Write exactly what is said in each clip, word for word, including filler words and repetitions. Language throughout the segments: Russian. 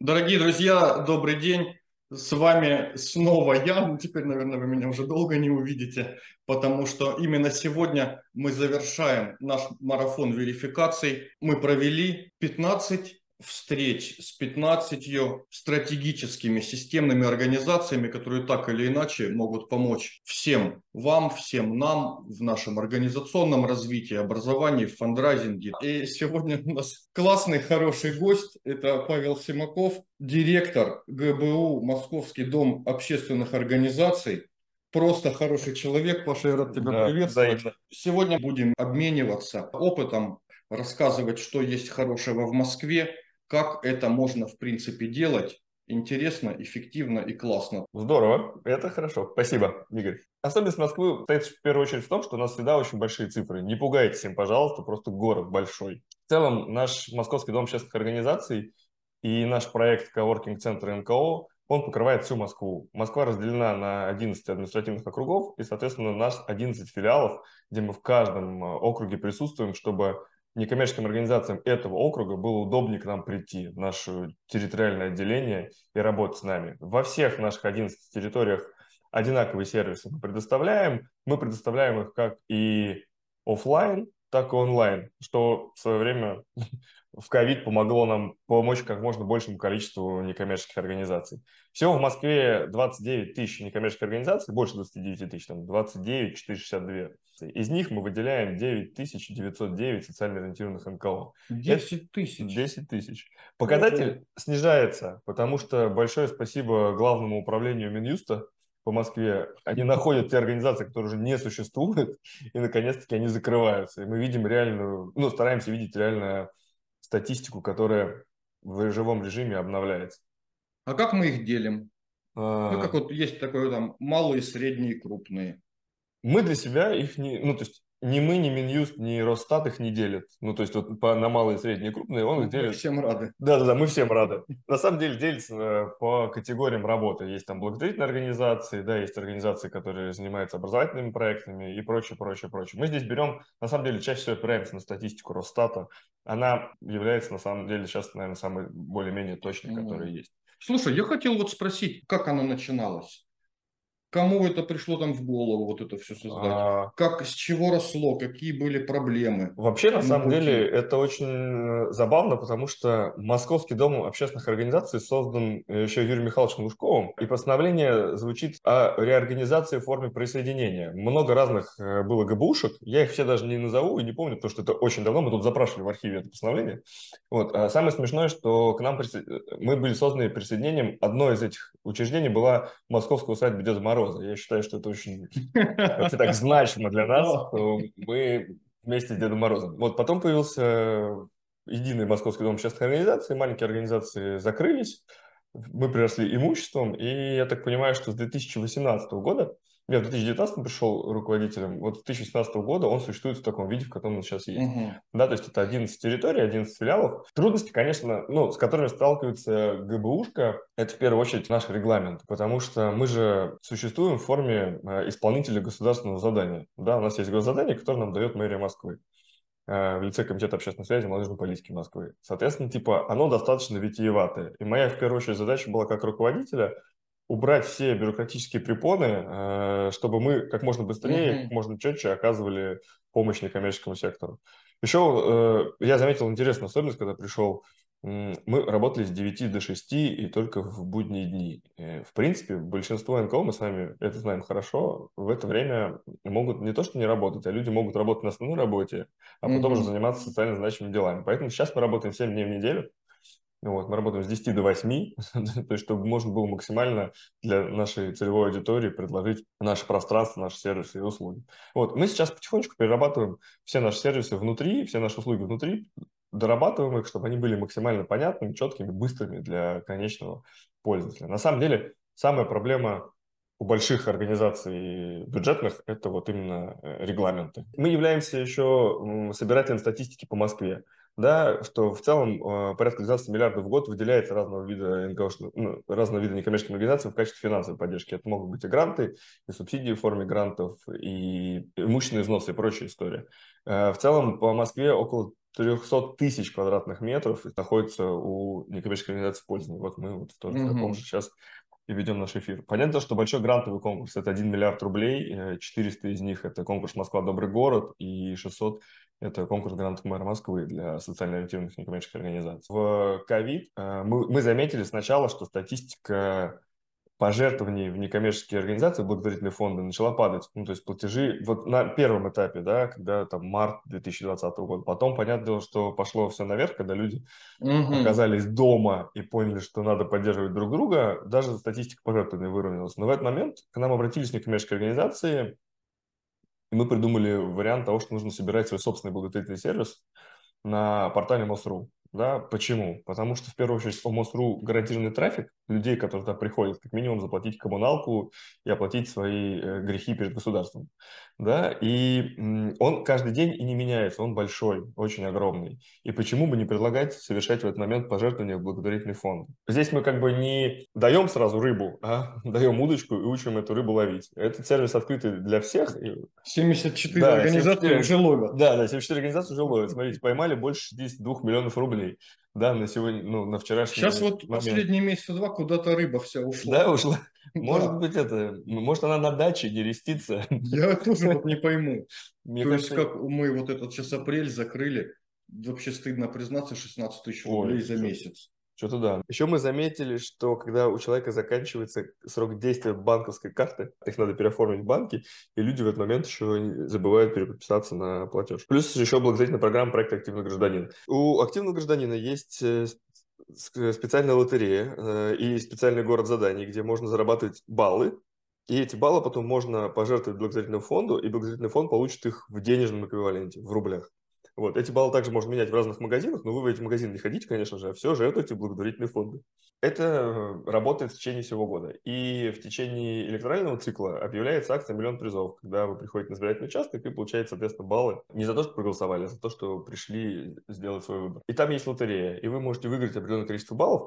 Дорогие друзья, добрый день. С вами снова я. Ну, теперь, наверное, вы меня уже долго не увидите, потому что именно сегодня мы завершаем наш марафон верификаций. Мы провели пятнадцать встреч с пятнадцатью стратегическими системными организациями, которые так или иначе могут помочь всем вам, всем нам в нашем организационном развитии, образовании, в фандрайзинге. И сегодня у нас классный, хороший гость. Это Павел Симаков, директор ГБУ Московский дом общественных организаций. Просто хороший человек. Паша, я рад тебя Да, приветствовать. взаимно. Сегодня будем обмениваться опытом, рассказывать, что есть хорошего в Москве, как это можно, в принципе, делать интересно, эффективно и классно. Здорово, это хорошо. Спасибо, Игорь. Особенность Москвы стоит в первую очередь в том, что у нас всегда очень большие цифры. Не пугайтесь им, пожалуйста, просто город большой. В целом, наш Московский дом общественных организаций и наш проект коворкинг-центр эн ка о, он покрывает всю Москву. Москва разделена на одиннадцать административных округов, и, соответственно, у нас одиннадцать филиалов, где мы в каждом э, округе присутствуем, чтобы некоммерческим организациям этого округа было удобнее к нам прийти, в наше территориальное отделение и работать с нами. Во всех наших одиннадцати территориях одинаковые сервисы мы предоставляем. Мы предоставляем их как и офлайн, так и онлайн, что в свое время в ковид помогло нам помочь как можно большему количеству некоммерческих организаций. Всего в Москве двадцать девять тысяч некоммерческих организаций, больше двадцати девяти тысяч, там двадцать девять четыреста шестьдесят два. Из них мы выделяем девять тысяч девятьсот девять социально ориентированных эн ка о. Это десять тысяч. десять тысяч. Ого. Показатель снижается, потому что большое спасибо Главному управлению Минюста по Москве. Они находят те организации, которые уже не существуют, и наконец-таки они закрываются. И мы видим реальную, ну, стараемся видеть реальную статистику, которая в живом режиме обновляется. А как мы их делим? Ну, как А, вот есть такое там малые, средние, крупные. Мы для себя их не, ну, то есть ни мы, ни Минюст, ни Росстат их не делят. Ну, то есть вот по, на малые, средние, крупные он их Мы делит. всем рады. Да-да-да, мы всем рады. На самом деле делится э, по категориям работы. Есть там благотворительные организации, да, есть организации, которые занимаются образовательными проектами и прочее, прочее, прочее. Мы здесь берем, на самом деле, чаще всего опираемся на статистику Росстата. Она является, на самом деле, сейчас, наверное, самой более-менее точной, которая М. есть. Слушай, я хотел вот спросить, как оно начиналось? Кому это пришло там в голову вот это все создать? А, Как, с чего росло? Какие были проблемы Вообще, на на самом деле, пути? это очень э, забавно, потому что Московский дом общественных организаций создан э, еще Юрием Михайловичем Лужковым, и постановление звучит о реорганизации в форме присоединения. Много разных э, было гэ бэ ушек, я их все даже не назову и не помню, потому что это очень давно, мы тут запрашивали в архиве это постановление. Вот. А самое смешное, что к нам присо... мы были созданы присоединением, одно из этих учреждений была Московская усадьба Деда Мороза. Я считаю, что это очень вообще так значимо для нас, Да. что мы вместе с Дедом Морозом. Вот потом появился единый Московский дом общественных организаций, маленькие организации закрылись, мы приросли имуществом, и я так понимаю, что с две тысячи восемнадцатого года, я в две тысячи девятнадцатом пришел руководителем, вот с две тысячи восемнадцатого года он существует в таком виде, в котором он сейчас есть. Мгм. Да, то есть это одиннадцать территорий, одиннадцать филиалов. Трудности, конечно, ну, с которыми сталкивается гэ бэ ушка, это в первую очередь наш регламент, потому что мы же существуем в форме э, исполнителя государственного задания. Да, у нас есть госзадание, которое нам дает мэрия Москвы э, в лице Комитета общественной связи и молодежной политики Москвы. Соответственно, типа, оно достаточно витиеватое. И моя, в первую очередь, задача была как руководителя убрать все бюрократические препоны, э, чтобы мы как можно быстрее, как Мгм. можно четче оказывали помощь некоммерческому сектору. Еще э, я заметил интересную особенность, когда пришел. М, Мы работали с девяти до шести и только в будние дни. Э, В принципе, большинство эн ка о, мы с вами это знаем хорошо, в это время могут не то что не работать, а люди могут работать на основной работе, а потом уже Мгм. заниматься социально значимыми делами. Поэтому сейчас мы работаем семь дней в неделю. Вот, мы работаем с десяти до восьми, то есть чтобы можно было максимально для нашей целевой аудитории предложить наше пространство, наши сервисы и услуги. Вот, мы сейчас потихонечку перерабатываем все наши сервисы внутри, все наши услуги внутри, дорабатываем их, чтобы они были максимально понятными, четкими, быстрыми для конечного пользователя. На самом деле, самая проблема у больших организаций бюджетных – это вот именно э, регламенты. Мы являемся еще м, собирателем статистики по Москве, да, что в целом э, порядка двенадцати миллиардов в год выделяется разного вида эн ка о, ну, разного вида некоммерческим организациям в качестве финансовой поддержки. Это могут быть и гранты, и субсидии в форме грантов, и имущественные взносы и прочая история. Э, в целом по Москве около трехсот тысяч квадратных метров находится у некоммерческой организации пользования. Вот мы вот тоже в таком Мгм. же сейчас и ведем наш эфир. Понятно, что большой грантовый конкурс – это один миллиард рублей, четыреста из них – это конкурс «Москва – добрый город», и шестьсот – это конкурс грантов мэра Москвы для социально ориентированных некоммерческих организаций. В ковид э, мы, мы заметили сначала, что статистика пожертвований в некоммерческие организации, благотворительные фонды, начала падать. Ну, то есть платежи вот на первом этапе, да, когда там март две тысячи двадцатого года. Потом, понятное дело, что пошло все наверх, когда люди Мгм. оказались дома и поняли, что надо поддерживать друг друга, даже статистика пожертвований выровнялась. Но в этот момент к нам обратились некоммерческие организации, и мы придумали вариант того, что нужно собирать свой собственный благотворительный сервис на портале МОСРУ. Да, почему? Потому что, в первую очередь, по МОСРУ гарантированный трафик людей, которые туда приходят, как минимум заплатить коммуналку и оплатить свои э, грехи перед государством. Да, и м, он каждый день и не меняется, он большой, очень огромный. И почему бы не предлагать совершать в этот момент пожертвования в благотворительный фонд? Здесь мы как бы не даем сразу рыбу, а даем удочку и учим эту рыбу ловить. Этот сервис открытый для всех. И семьдесят четыре да, организации уже семьдесят четыре, ловят. да, да, семьдесят четыре организации уже ловят. Смотрите, поймали больше шестидесяти двух миллионов рублей, да, на сегодня, ну, на Сейчас вчерашний вот момент. последние месяца два куда-то рыба вся ушла. Да, ушла. Может Да, быть, это, может, она на даче не рестится. я тоже вот не пойму. Мне То есть кажется, как мы вот этот сейчас апрель закрыли, вообще стыдно признаться, шестнадцать тысяч рублей ой, за месяц. что-то да. Еще мы заметили, что когда у человека заканчивается срок действия банковской карты, их надо переоформить в банке, и люди в этот момент еще забывают переподписаться на платеж. Плюс еще благотворительная программа проекта «Активный гражданин». У активного гражданина есть э, с- специальная лотерея э, и специальный город заданий, где можно зарабатывать баллы, и эти баллы потом можно пожертвовать благотворительному фонду, и благотворительный фонд получит их в денежном эквиваленте, в рублях. Вот. Эти баллы также можно менять в разных магазинах, но вы в эти магазины не ходите, конечно же, а все жертвуете в благотворительные фонды. Это э, работает в течение всего года. И в течение электорального цикла объявляется акция «Миллион призов», когда вы приходите на избирательный участок и получаете, соответственно, баллы не за то, что проголосовали, а за то, что пришли сделать свой выбор. И там есть лотерея, и вы можете выиграть определенное количество баллов,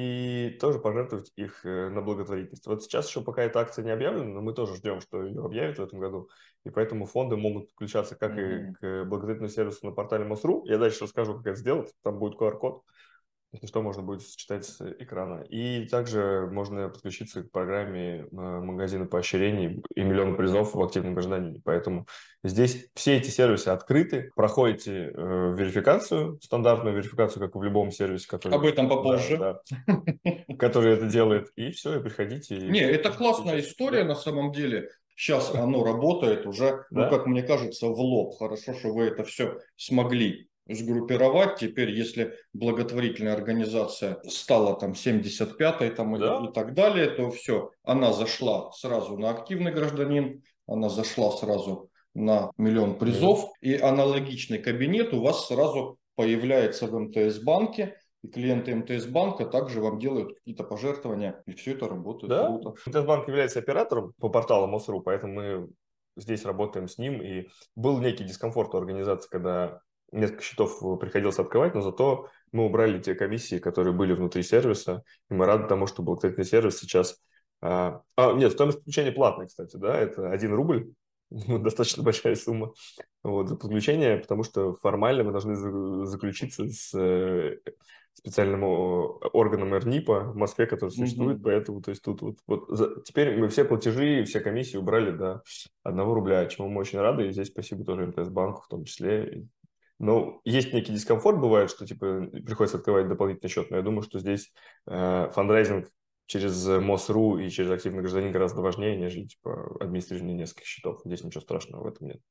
и тоже пожертвовать их э, на благотворительность. Вот сейчас еще пока эта акция не объявлена, но мы тоже ждем, что ее объявят в этом году. И поэтому фонды могут подключаться как и Мгм. к благотворительному сервису на портале МОСРУ. Я дальше расскажу, как это сделать. Там будет ку ар код. Если что, можно будет читать с экрана. И также можно подключиться к программе э, магазина поощрений и миллион призов в активном гражданине. Поэтому здесь все эти сервисы открыты. Проходите э, верификацию, стандартную верификацию, как и в любом сервисе, Об который, этом да, попозже. да, который это делает. И все, и приходите, и Не, это можете классная участвовать. история Да, на самом деле. Сейчас оно работает уже, ну, да, как мне кажется, в лоб. Хорошо, что вы это все смогли сгруппировать. Теперь, если благотворительная организация стала там семьдесят пятой там, и, и да. так далее, то все, она зашла сразу на активный гражданин, она зашла сразу на миллион Миллион. призов, и аналогичный кабинет у вас сразу появляется в эм тэ эс-банке, и клиенты эм тэ эс-банка также вам делают какие-то пожертвования, и все это работает Да, круто. Мтс-банк является оператором по порталу МОСРУ, поэтому мы здесь работаем с ним. И был некий дискомфорт у организации, когда несколько счетов приходилось открывать, но зато мы убрали те комиссии, которые были внутри сервиса, и мы рады тому, что благотворительный сервис сейчас... А, а, нет, стоимость подключения платная, кстати, да, это один рубль, достаточно большая сумма вот, за подключение, потому что формально мы должны за- заключиться с э, специальным о, органом эр-нип-а в Москве, который существует, Мгм. поэтому то есть тут вот, вот за- теперь мы все платежи и все комиссии убрали до одного рубля, чему мы очень рады, и здесь спасибо тоже МТС-банку в том числе. Ну, есть некий дискомфорт, бывает, что типа приходится открывать дополнительный счет, но я думаю, что здесь э, фандрайзинг через МОСРУ и через активный гражданин гораздо важнее, нежели типа администрирование нескольких счетов. Здесь ничего страшного в этом нет.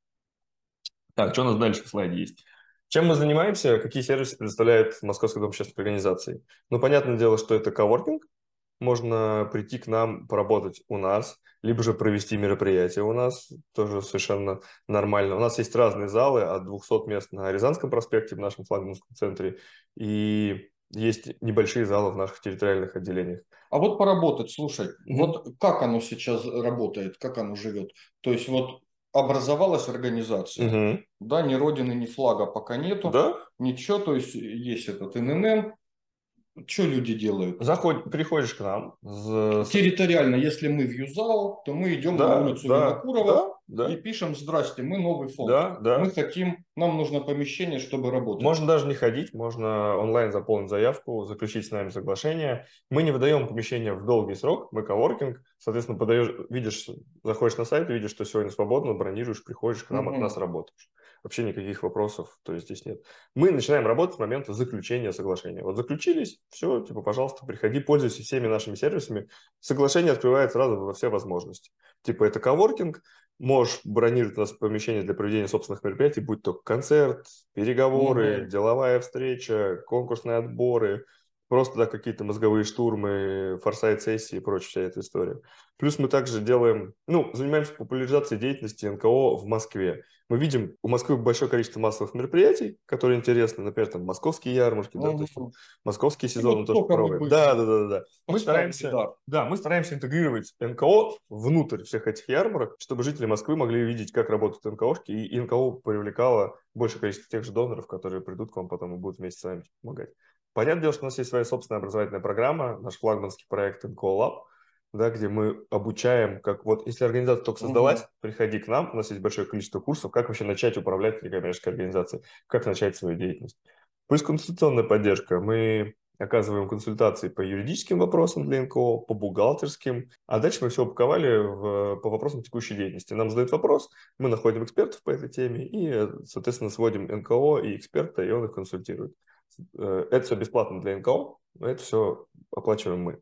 Так, что у нас дальше в слайде есть? Чем мы занимаемся? Какие сервисы предоставляет Московский дом общественных организаций? Ну, понятное дело, что это коворкинг. Можно прийти к нам, поработать у нас, либо же провести мероприятие у нас, тоже совершенно нормально. У нас есть разные залы, от двухсот мест на Рязанском проспекте, в нашем флагманском центре, и есть небольшие залы в наших территориальных отделениях. А вот поработать, слушай, Мгм. вот как оно сейчас работает, как оно живет? То есть вот образовалась организация, Мгм. да, ни родины, ни флага пока нету, Да? ничего, то есть есть этот эн эн эн, Что люди делают? Заходь, приходишь к нам. з- с- Территориально, если мы в Юзал, то мы идем на Да, улицу да, Винокурова да, и да, пишем: «Здрасте, мы новый фонд. да, Мы да. хотим, нам нужно помещение, чтобы работать». Можно даже не ходить, можно онлайн заполнить заявку, заключить с нами соглашение. Мы не выдаем помещение в долгий срок, мы коворкинг, соответственно, подаешь, видишь, заходишь на сайт, видишь, что сегодня свободно, бронируешь, приходишь к нам, от нас Мгм. работаешь. Вообще никаких вопросов, то есть здесь нет. Мы начинаем работать с момента заключения соглашения. Вот заключились, все, типа, пожалуйста, приходи, пользуйся всеми нашими сервисами. Соглашение открывает сразу во все возможности. Типа, это коворкинг, можешь бронировать у нас помещение для проведения собственных мероприятий, будь то концерт, переговоры, Мгм. деловая встреча, конкурсные отборы, просто да, какие-то мозговые штурмы, форсайт-сессии и прочая вся эта история. Плюс мы также делаем, ну, занимаемся популяризацией деятельности эн ка о в Москве. Мы видим, у Москвы большое количество массовых мероприятий, которые интересны, например, там московские ярмарки, да, то есть там, Мгм. московские И сезоны вот тоже только вы проводят. бы Да, да, да, да. да. Мы поставили, стараемся, да. да, мы стараемся интегрировать эн ка о внутрь всех этих ярмарок, чтобы жители Москвы могли видеть, как работают эн ка ошки, и эн ка о привлекало большее количество тех же доноров, которые придут к вам потом и будут вместе с вами помогать. Понятное дело, что у нас есть своя собственная образовательная программа, наш флагманский проект эн ка о Lab, да, где мы обучаем, как вот, если организация только создалась, Мгм. приходи к нам, у нас есть большое количество курсов, как вообще начать управлять некоммерческой организацией, как начать свою деятельность. Плюс консультационная поддержка. Мы оказываем консультации по юридическим вопросам для эн ка о, по бухгалтерским, а дальше мы все упаковали в, по вопросам текущей деятельности. Нам задают вопрос, мы находим экспертов по этой теме и, соответственно, сводим эн ка о и эксперта, и он их консультирует. Э, Это все бесплатно для эн ка о, но это все оплачиваем мы.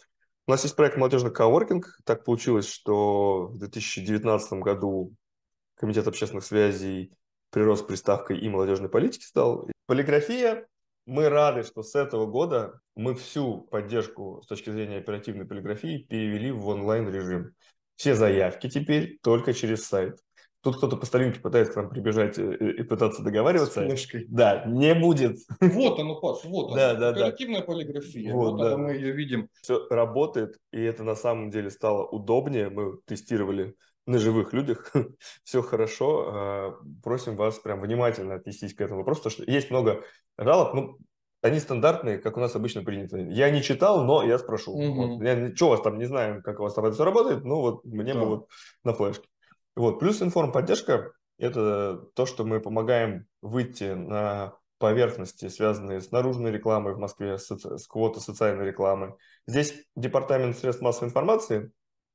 У нас есть проект «Молодежный коворкинг». Так получилось, что в две тысячи девятнадцатом году Комитет общественных связей прирос приставкой «и молодежной политики» стал. Полиграфия. Мы рады, что с этого года мы всю поддержку с точки зрения оперативной полиграфии перевели в онлайн-режим. Все заявки теперь только через сайт. Тут кто-то по старинке пытается к нам прибежать э, и пытаться С договариваться. флешкой. Да, не будет. Вот оно, Паш, вот Да, оно. да, да. Оперативная полиграфия. Вот, Вот она, да. мы ее видим. Все работает, и это на самом деле стало удобнее. Мы тестировали на живых людях, все хорошо. А, Просим вас прям внимательно отнестись к этому вопросу, потому что есть много жалоб, ну, они стандартные, как у нас обычно принято. Я не читал, но я спрошу. Вот. Мгм. Я, что у вас там, не знаю, как у вас там это все работает, ну вот мне бы Да. вот на флешке. Вот. Плюс информподдержка– это то, что мы помогаем выйти на поверхности, связанные с наружной рекламой в Москве, с, соци- с квотой социальной рекламы. Здесь департамент средств массовой информации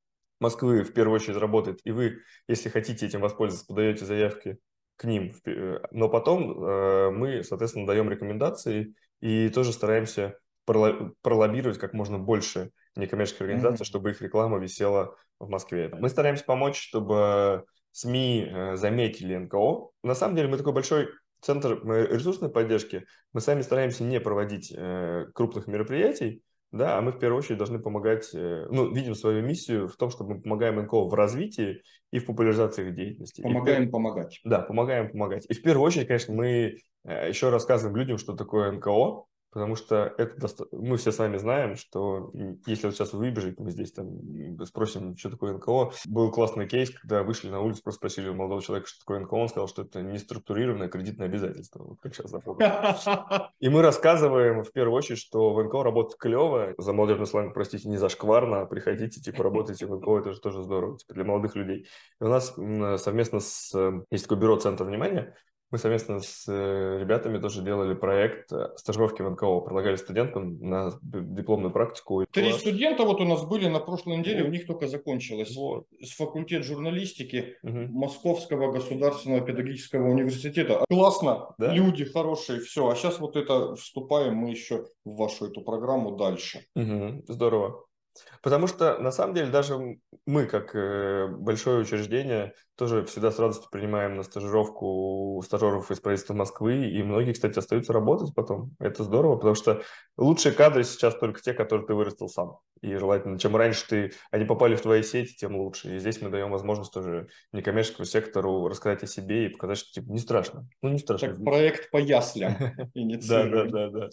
Москвы в первую очередь работает, и вы, если хотите этим воспользоваться, подаете заявки к ним. в пе- э, Но потом э, мы, соответственно, даем рекомендации и тоже стараемся проло- пролоббировать как можно больше некоммерческих организаций, Мгм. чтобы их реклама висела в Москве. Мы стараемся помочь, чтобы СМИ э, заметили эн ка о. На самом деле мы такой большой центр э, ресурсной поддержки. Мы сами стараемся не проводить э, крупных мероприятий, да, а мы в первую очередь должны помогать, э, ну, видим свою миссию в том, чтобы мы помогаем эн ка о в развитии и в популяризации их деятельности. И в пер- Помогаем помогать. Да, помогаем помогать. И в первую очередь, конечно, мы э, еще рассказываем людям, что такое эн ка о, потому что это доста- мы все с вами знаем, что м, если вот сейчас вы выбежите, мы здесь там м, спросим, что такое эн ка о. Был классный кейс, когда вышли на улицу, просто спросили у молодого человека, что такое эн ка о, он сказал, что это неструктурированное кредитное обязательство. Вот как сейчас запомнил. И мы рассказываем в первую очередь, что в эн ка о работает клево, за молодежный сленг, простите, не зашкварно, а приходите, типа, работайте в эн ка о, это же тоже здорово, типа, для молодых людей. И у нас м, совместно с, э, есть такое бюро «Центр внимания», мы совместно с э, ребятами тоже делали проект э, стажировки в эн ка о, предлагали студентам на д- дипломную практику. Три Класс. студента вот у нас были на прошлой неделе, у Вот, них только закончилось вот. с факультет журналистики Мгм. Московского государственного педагогического университета. Классно, Да? люди хорошие, все. А сейчас вот это вступаем мы еще в вашу эту программу дальше. Мгм. Здорово. Потому что, на самом деле, даже мы, как э, большое учреждение, тоже всегда с радостью принимаем на стажировку стажеров из правительства Москвы, и многие, кстати, остаются работать потом. Это здорово, потому что лучшие кадры сейчас только те, которые ты вырастил сам. И желательно, чем раньше ты, они попали в твои сети, тем лучше. И здесь мы даем возможность тоже некоммерческому сектору рассказать о себе и показать, что типа не страшно. Ну, не страшно. Так, проект по яслям Да, да, инициируем. да, да.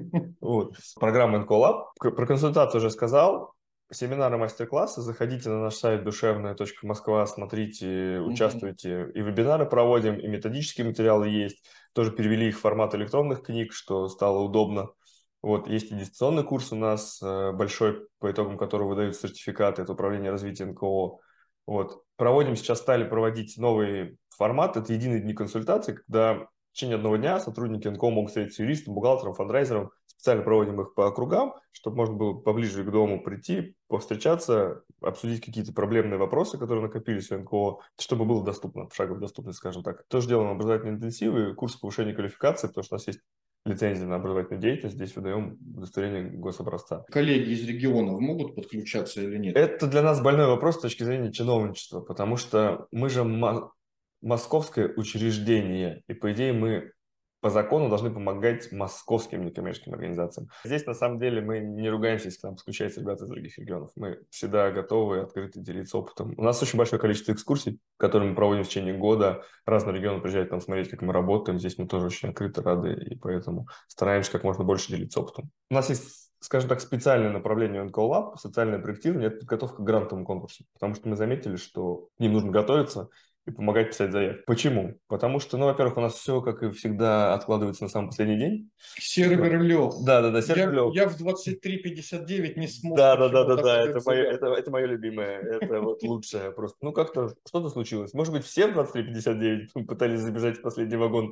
Вот. Программа эн ка о Lab. К- Про консультацию уже сказал. Семинары, мастер-классы. Заходите на наш сайт душевная точка москва, смотрите, Мгм. участвуйте. И вебинары проводим, и методические материалы есть. Тоже перевели их в формат электронных книг, что стало удобно. Вот, есть и дистанционный курс у нас э, большой, по итогам которого выдают сертификаты, это управление развитием эн ка о. Вот. Проводим, сейчас стали проводить новый формат, это единые дни консультаций, когда в течение одного дня сотрудники эн ка о могут встретиться с юристом, бухгалтером, фандрайзером, специально проводим их по округам, чтобы можно было поближе к дому прийти, повстречаться, обсудить какие-то проблемные вопросы, которые накопились у эн ка о, чтобы было доступно, пошаговая доступность, скажем так. Тоже делаем образовательные интенсивы, курсы повышения квалификации, потому что у нас есть лицензии на образовательную деятельность, здесь выдаем удостоверение гособразца. Коллеги из регионов могут подключаться или нет? Это для нас больной вопрос с точки зрения чиновничества, потому что мы же московское учреждение, и по идее мы по закону должны помогать московским некоммерческим организациям. Здесь на самом деле мы не ругаемся, если к нам подключаются ребята из других регионов. Мы всегда готовы и открыты делиться опытом. У нас очень большое количество экскурсий, которые мы проводим в течение года. Разные регионы приезжают там смотреть, как мы работаем. Здесь мы тоже очень открыты, рады, и поэтому стараемся как можно больше делиться опытом. У нас есть, скажем так, специальное направление эн ка о Lab, социальное проектирование, это подготовка к грантовым конкурсам, потому что мы заметили, что к ним нужно готовиться и помогать писать заявки. Почему? Потому что, ну, во-первых, у нас все, как и всегда, откладывается на самый последний день. Сервер лег. Да, да, да, сервер Я, лег. я в двадцать три пятьдесят девять не смог Да, да, да, почему-то да, да, это открыть мое, заявку. это, это мое любимое, это вот лучшее просто. Ну, как-то что-то случилось. Может быть, все в двадцать три пятьдесят девять пытались забежать в последний вагон,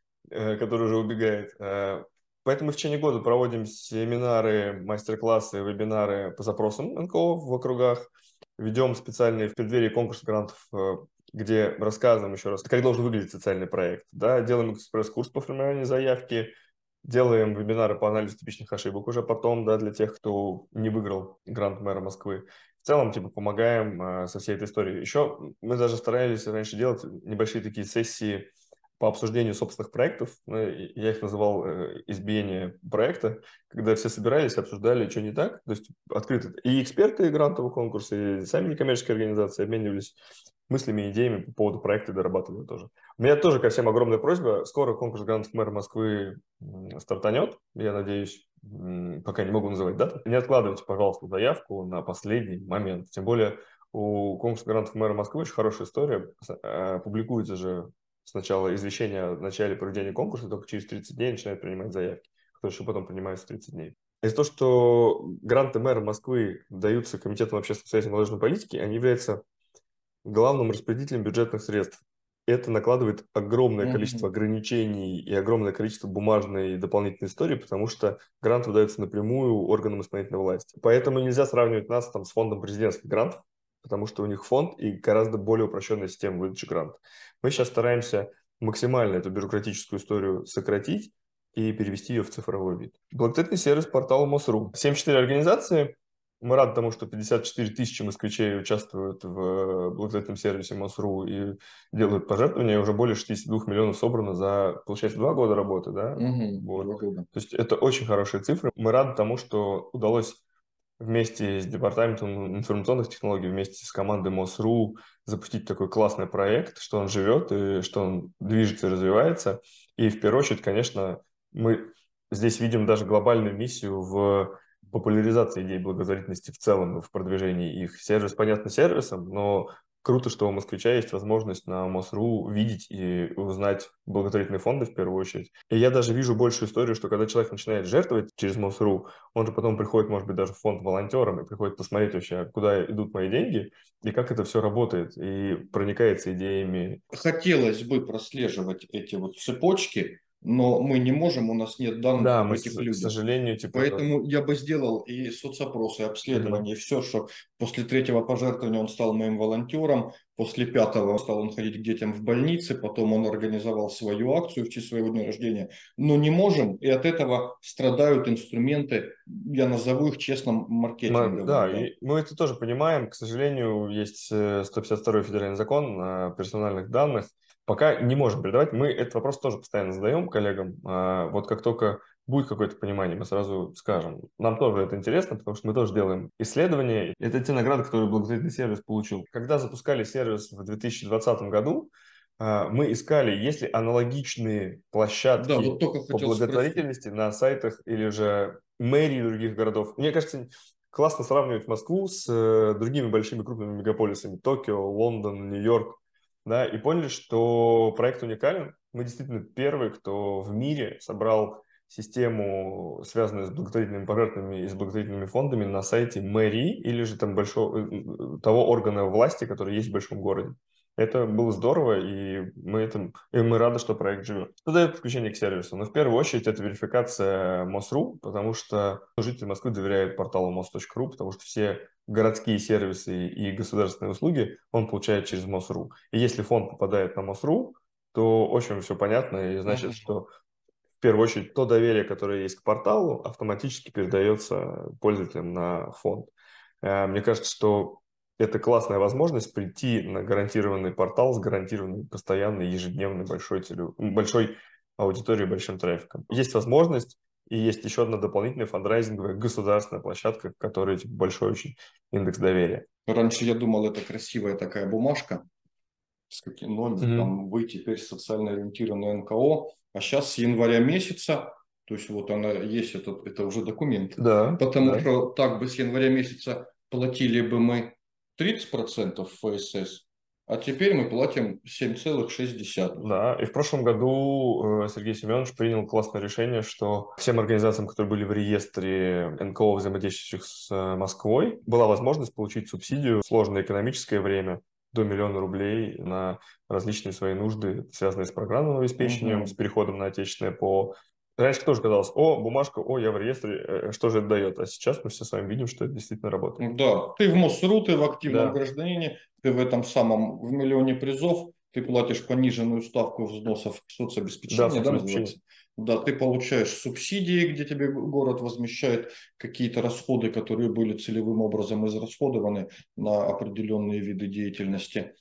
э, который уже убегает. Э, Поэтому в течение года проводим семинары, мастер-классы, вебинары по запросам эн ка о в округах. Ведем специальные в преддверии конкурса грантов, э, где рассказываем еще раз, как должен выглядеть социальный проект. Да? Делаем экспресс-курс по формированию заявки, делаем вебинары по анализу типичных ошибок уже потом, да, для тех, кто не выиграл грант мэра Москвы. В целом, типа, помогаем э, со всей этой историей. Еще мы даже старались раньше делать небольшие такие сессии по обсуждению собственных проектов. Я их называл э, избиение проекта, когда все собирались, обсуждали, что не так. То есть открыто. И эксперты грантового конкурса, и сами некоммерческие организации обменивались мыслями, идеями по поводу проекта и дорабатывали тоже. У меня тоже ко всем огромная просьба. Скоро конкурс грантов мэра Москвы стартанет. Я надеюсь, пока не могу называть дату. Не откладывайте, пожалуйста, заявку на последний момент. Тем более у конкурса грантов мэра Москвы очень хорошая история. Публикуется же сначала извещение о начале проведения конкурса, только через тридцать дней начинают принимать заявки, которые еще потом принимаются тридцать дней. Из-за того, что гранты мэра Москвы даются Комитетом общественной связи и молодежной политики, они являются главным распределителем бюджетных средств. Это накладывает огромное Мгм. количество ограничений и огромное количество бумажной и дополнительной истории, потому что гранты выдаются напрямую органам исполнительной власти. Поэтому нельзя сравнивать нас там с фондом президентских грантов, потому что у них фонд и гораздо более упрощенная система выдачи грантов. Мы сейчас стараемся максимально эту бюрократическую историю сократить и перевести ее в цифровой вид. Благотворительный сервис портала МОСРУ. семьдесят четыре организации. Мы рады тому, что пятьдесят четыре тысячи москвичей участвуют в благотворительном сервисе МОСРУ и делают пожертвования. Уже более шестьдесят два миллиона собрано за, получается, два года работы. Да? Угу, Вот. два года. То есть это очень хорошие цифры. Мы рады тому, что удалось вместе с Департаментом информационных технологий, вместе с командой МОСРУ запустить такой классный проект, что он живет и что он движется и развивается. И в первую очередь, конечно, мы здесь видим даже глобальную миссию в популяризации идей благотворительности в целом и в продвижении их. Сервис, понятно, сервисом, но круто, что у москвича есть возможность на МОСРУ видеть и узнать благотворительные фонды в первую очередь. И я даже вижу большую историю, что когда человек начинает жертвовать через МОСРУ, он же потом приходит, может быть, даже в фонд волонтером и приходит посмотреть вообще, куда идут мои деньги и как это все работает, и проникается идеями. Хотелось бы прослеживать эти вот цепочки, но мы не можем, у нас нет данных Да, об мы, этих к людях. сожалению, типа... Поэтому я бы сделал и соцопросы, и Мгм. обследования, и все, что после третьего пожертвования он стал моим волонтером, после пятого стал он ходить к детям в больнице, потом он организовал свою акцию в честь своего дня рождения. Но не можем, и от этого страдают инструменты, я назову их честным Мы- маркетинговым. Да, Да. и мы это тоже понимаем. К сожалению, есть э, сто пятьдесят второй федеральный закон о персональных данных. Пока не можем передавать. Мы этот вопрос тоже постоянно задаем коллегам. А Вот как только будет какое-то понимание, мы сразу скажем. Нам тоже это интересно, потому что мы тоже делаем исследования. Это те награды, которые благотворительный сервис получил. Когда запускали сервис в две тысячи двадцатом году, а, мы искали, есть ли аналогичные Да, вот площадки только по хотел спросить. благотворительности на сайтах или же мэрии других городов. Мне кажется, классно сравнивать Москву с э, другими большими крупными мегаполисами: Токио, Лондон, Нью-Йорк, да, и поняли, что проект уникален. Мы действительно первый, кто в мире собрал систему, связанную с благотворительными пожертвованиями и с благотворительными фондами на сайте мэрии или же там большого, того органа власти, который есть в большом городе. Это было здорово, и мы, это, и мы рады, что проект живет. Что дает подключение к сервису? Ну, в первую очередь, это верификация МОСРУ, потому что жители Москвы доверяют порталу мос точка ру, потому что все городские сервисы и государственные услуги он получает через МОСРУ. И если фонд попадает на МОСРУ, то очень все понятно, и значит, что в первую очередь то доверие, которое есть к порталу, автоматически передается пользователям на фонд. Мне кажется, что это классная возможность прийти на гарантированный портал с гарантированной постоянной ежедневной большой, целью, большой аудиторией, большим трафиком. Есть возможность, и есть еще одна дополнительная фандрайзинговая государственная площадка, в которой типа, большой очень индекс доверия. Раньше я думал, это красивая такая бумажка, с каким номером, Mm-hmm. там, вы теперь социально ориентированное эн ка о, а сейчас с января месяца, то есть вот она есть, это, это уже документ, Да, потому да. что так бы с января месяца платили бы мы тридцать процентов эф эс эс, а теперь мы платим семь целых шесть десятых. Да, и в прошлом году Сергей Семенович принял классное решение, что всем организациям, которые были в реестре эн ка о, взаимодействующих с Москвой, была возможность получить субсидию в сложное экономическое время до миллиона рублей на различные свои нужды, связанные с программным обеспечением, угу. с переходом на отечественное ПО. Раньше тоже казалось, о, бумажка, о, я в реестре, что же это дает? А сейчас мы все с вами видим, что это действительно работает. Да, ты в МОСРУ, ты в активном да. гражданине, ты в этом самом, в миллионе призов, ты платишь пониженную ставку взносов соцобеспечения, да, называется? Да, ты получаешь субсидии, где тебе город возмещает какие-то расходы, которые были целевым образом израсходованы на определенные виды деятельности.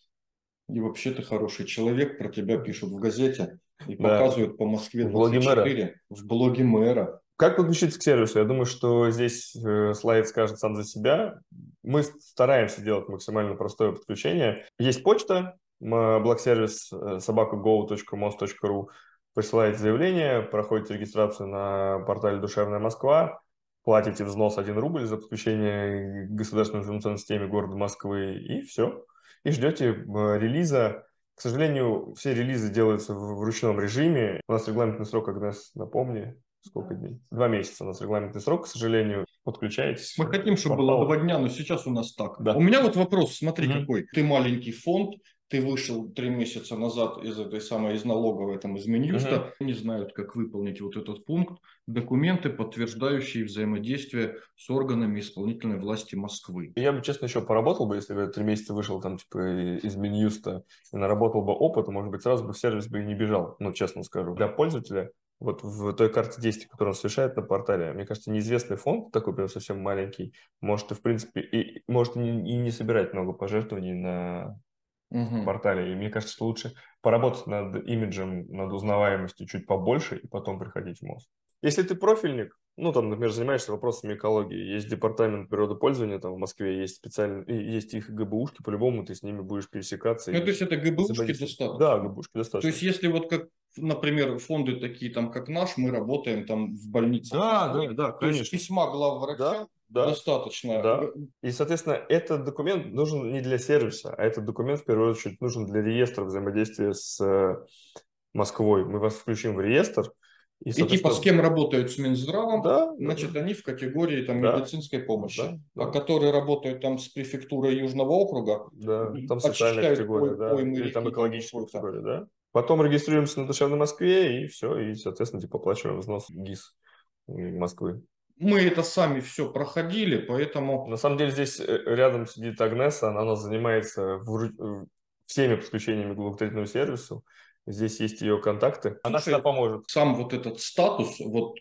И вообще ты хороший человек, про тебя пишут в газете и да. показывают по Москве двадцать четыре в блоге мэра. Как подключиться к сервису? Я думаю, что здесь э, слайд скажет сам за себя. Мы стараемся делать максимально простое подключение. Есть почта, блоксервис собака гоу точка мос точка ру. Присылаете заявление, проходите регистрацию на портале «Душевная Москва», платите взнос один рубль за подключение к государственной информационной системе города Москвы, и все. И ждете релиза. К сожалению, все релизы делаются в ручном режиме. У нас регламентный срок, Агнес, напомни, сколько дней? Два месяца у нас регламентный срок, к сожалению. Подключайтесь. Мы хотим, чтобы было два дня, но сейчас у нас так. Да. У меня вот вопрос, смотри угу. какой. Ты маленький фонд, ты вышел три месяца назад из этой самой, из налоговой, там, из Минюста, угу. не знают, как выполнить вот этот пункт. Документы, подтверждающие взаимодействие с органами исполнительной власти Москвы. Я бы, честно, еще поработал бы, если бы три месяца вышел там, типа, из Минюста и наработал бы опыт, может быть, сразу бы в сервис бы и не бежал, ну, честно скажу. Для пользователя вот в той карте действий, которую он совершает на портале, мне кажется, неизвестный фонд, такой прям совсем маленький, может и, в принципе, и, может и не, и не собирать много пожертвований на угу. портале. И мне кажется, что лучше поработать над имиджем, над узнаваемостью чуть побольше и потом приходить в МОЗ. Если ты профильник, ну, там, например, занимаешься вопросами экологии, есть департамент природопользования, там в Москве есть специальные, есть их ГБУшки, по-любому ты с ними будешь пересекаться. Ну, и... то есть это ГБУшки достаточно? Да, ГБУшки достаточно. То есть если вот как, например, фонды такие, там, как наш, мы работаем там в больнице. Да, да, да, то конечно. есть письма главврача да, достаточно. Да. И, соответственно, этот документ нужен не для сервиса, а этот документ, в первую очередь, нужен для реестра взаимодействия с Москвой. Мы вас включим в реестр. И, и типа с кем работают с Минздравом, да, значит, да. они в категории там, да. медицинской помощи. Да, да. А которые работают там с префектурой Южного округа, да, там социальная категория, да. Поймы, или там экологическая категория, да. Потом регистрируемся на Душевной Москве, и все, и, соответственно, типа оплачиваем взнос ГИС Москвы. Мы это сами все проходили, поэтому... На самом деле здесь рядом сидит Агнеса, она у нас занимается в... всеми подключениями к благотворительному сервису. Здесь есть ее контакты. Она всегда поможет. Сам вот этот статус, вот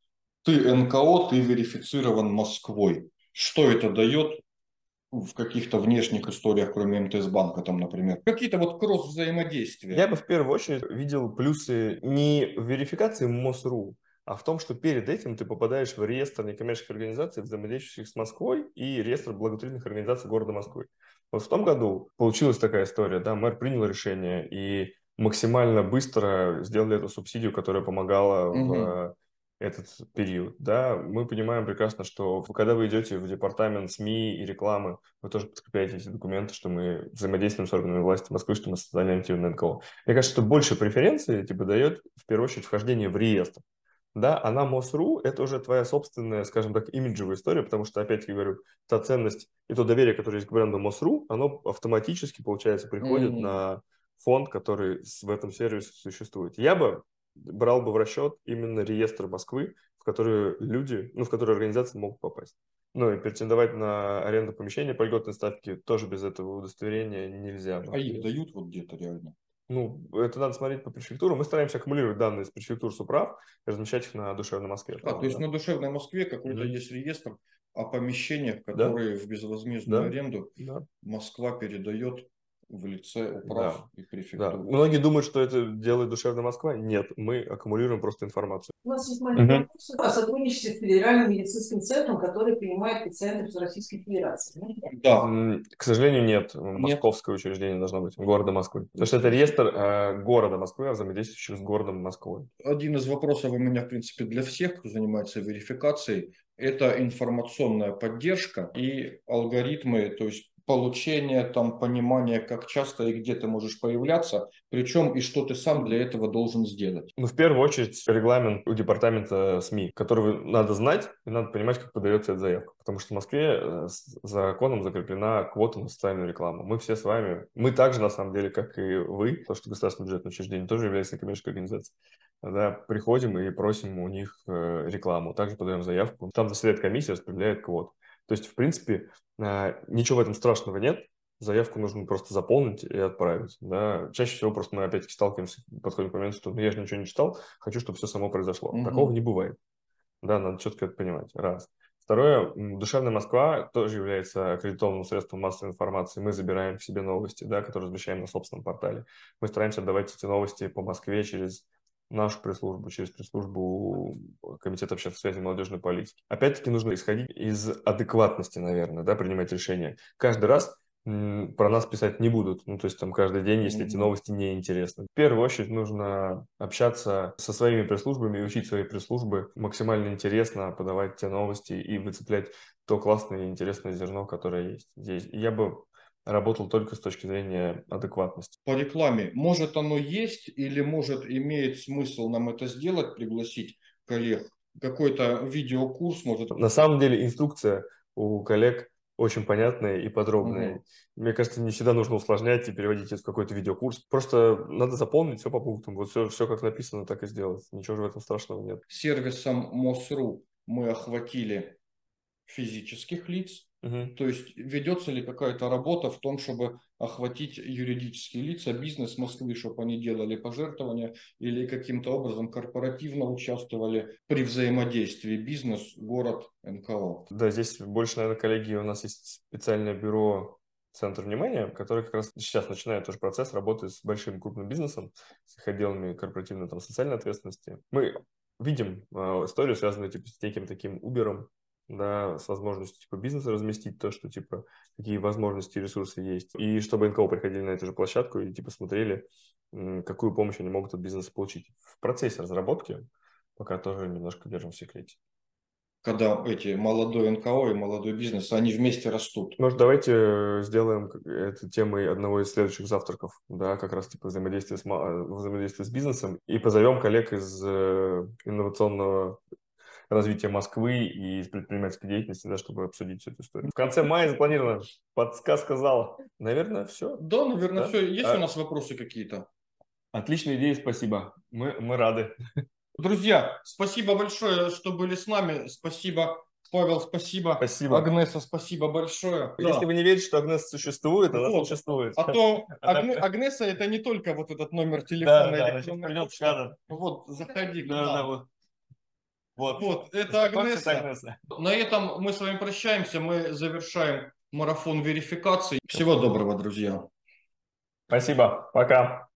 ты эн ка о, ты верифицирован Москвой. Что это дает в каких-то внешних историях, кроме эм тэ эс-банка, там, например? Какие-то вот кросс-взаимодействия. Я бы в первую очередь видел плюсы не в верификации МОСРУ, а в том, что перед этим ты попадаешь в реестр некоммерческих организаций, взаимодействующих с Москвой, и реестр благотворительных организаций города Москвы. Вот в том году получилась такая история, да, мэр принял решение и максимально быстро сделали эту субсидию, которая помогала угу. в этот период. Да, мы понимаем прекрасно, что когда вы идете в департамент СМИ и рекламы, вы тоже подкрепляете эти документы, что мы взаимодействуем с органами власти Москвы, что мы создали альтернативное эн ка о. Мне кажется, что больше преференций типа, дает в первую очередь вхождение в реестр. да, а на МОСРУ это уже твоя собственная, скажем так, имиджевая история, потому что, опять-таки говорю, та ценность и то доверие, которое есть к бренду МОСРУ, оно автоматически, получается, приходит М. на фонд, который с- в этом сервисе существует. Я бы брал бы в расчет именно реестр Москвы, в который люди, ну, в который организации могут попасть. Ну, и претендовать на аренду помещения по льготной ставке тоже без этого удостоверения нельзя. А их дают вот где-то реально? Ну, это надо смотреть по префектуру. Мы стараемся аккумулировать данные из префектур с управ и размещать их на душевной Москве. А, то есть Да. на душевной Москве какой-то Мгм. есть реестр о помещениях, Да, которые в безвозмездную да, аренду да, Москва передает в лице да, управ и да. префектур. Многие думают, что это делает душевная Москва. Нет, мы аккумулируем просто информацию. У нас есть маленький Мгм. вопрос о сотрудничестве с Федеральным медицинским центром, который принимает пациентов из Российской Федерации. Да, М, К сожалению, нет. нет. Московское учреждение должно быть, города Москвы. Потому что это реестр э, города Москвы, а взаимодействующий с городом Москвой. Один из вопросов у меня, в принципе, для всех, кто занимается верификацией, это информационная поддержка и алгоритмы, то есть получение, там, понимания, как часто и где ты можешь появляться, причем и что ты сам для этого должен сделать. Ну, в первую очередь, регламент у департамента СМИ, который надо знать и надо понимать, как подается эта заявка. Потому что в Москве э, с законом закреплена квота на социальную рекламу. Мы все с вами, мы также, на самом деле, как и вы, потому что государственное бюджетное учреждение тоже является некоммерческой организацией, да, приходим и просим у них э, рекламу. Также подаем заявку. Там заседает комиссия, распределяет квот. То есть, в принципе, э, ничего в этом страшного нет. Заявку нужно просто заполнить и отправить. Да. Чаще всего просто мы опять-таки сталкиваемся, подходим к моменту, что ну, я же ничего не читал, хочу, чтобы все само произошло. Мгм. Такого не бывает. Да, надо четко это понимать. Раз. Второе, м, Душевная Москва тоже является аккредитованным средством массовой информации. Мы забираем к себе новости, да, которые размещаем на собственном портале. Мы стараемся отдавать эти новости по Москве через нашу пресс-службу, через пресс-службу Комитета общественной связи и молодежной политики. Опять-таки нужно исходить из адекватности, наверное, да, принимать решения. Каждый раз м, про нас писать не будут. Ну, то есть там каждый день, если эти Мгм. новости не интересны. В первую очередь нужно общаться со своими пресс-службами и учить свои пресс-службы максимально интересно подавать те новости и выцеплять то классное и интересное зерно, которое есть здесь. Я бы работал только с точки зрения адекватности. По рекламе, может оно есть или может имеет смысл нам это сделать, пригласить коллег? Какой-то видеокурс может. На самом деле инструкция у коллег очень понятная и подробная. Мгм. Мне кажется, не всегда нужно усложнять и переводить это в какой-то видеокурс. Просто надо заполнить все по пунктам. Вот все, все как написано, так и сделать. Ничего же в этом страшного нет. Сервисом МОСРУ мы охватили физических лиц. Мгм. То есть ведется ли какая-то работа в том, чтобы охватить юридические лица, бизнес Москвы, чтобы они делали пожертвования или каким-то образом корпоративно участвовали при взаимодействии бизнес, город, эн ка о? Да, здесь больше, наверное, коллеги, у нас есть специальное бюро «Центр внимания», которое как раз сейчас начинает тоже процесс работы с большим крупным бизнесом, с их отделами корпоративной там, социальной ответственности. Мы видим э, историю, связанную типа, с неким таким Uber, да, с возможностью типа бизнеса разместить то, что типа какие возможности и ресурсы есть. И чтобы эн ка о приходили на эту же площадку и типа смотрели, м, какую помощь они могут от бизнеса получить. В процессе разработки пока тоже немножко держим в секрете. Когда эти молодой эн ка о и молодой бизнес, они вместе растут. Может, давайте э, сделаем как- это темой одного из следующих завтраков, да, как раз типа взаимодействие с, ма- э, взаимодействие с бизнесом, и позовем коллег из э, инновационного развития Москвы и из предпринимательской деятельности, да, чтобы обсудить всю эту историю. В конце мая запланировано, подсказка зала. Наверное, все. Да, наверное, Да? все. Есть у А, нас вопросы какие-то? отличная идея, спасибо. Мы, мы рады. Друзья, спасибо большое, что были с нами. Спасибо, Павел, спасибо. Спасибо. Агнеса, спасибо большое. Если Да. вы не верите, что Агнес существует, она Вот. существует. А то А так- Агне- Агнеса это не только вот этот номер Да, телефона. да, электронной сейчас придет почты. кадр. Вот, заходи к Да, да, нам. вот. Вот. Вот, это Знакомьтесь, Агнеса. Агнеса. На этом мы с вами прощаемся. Мы завершаем марафон верификации. Всего доброго, друзья. Спасибо. Пока.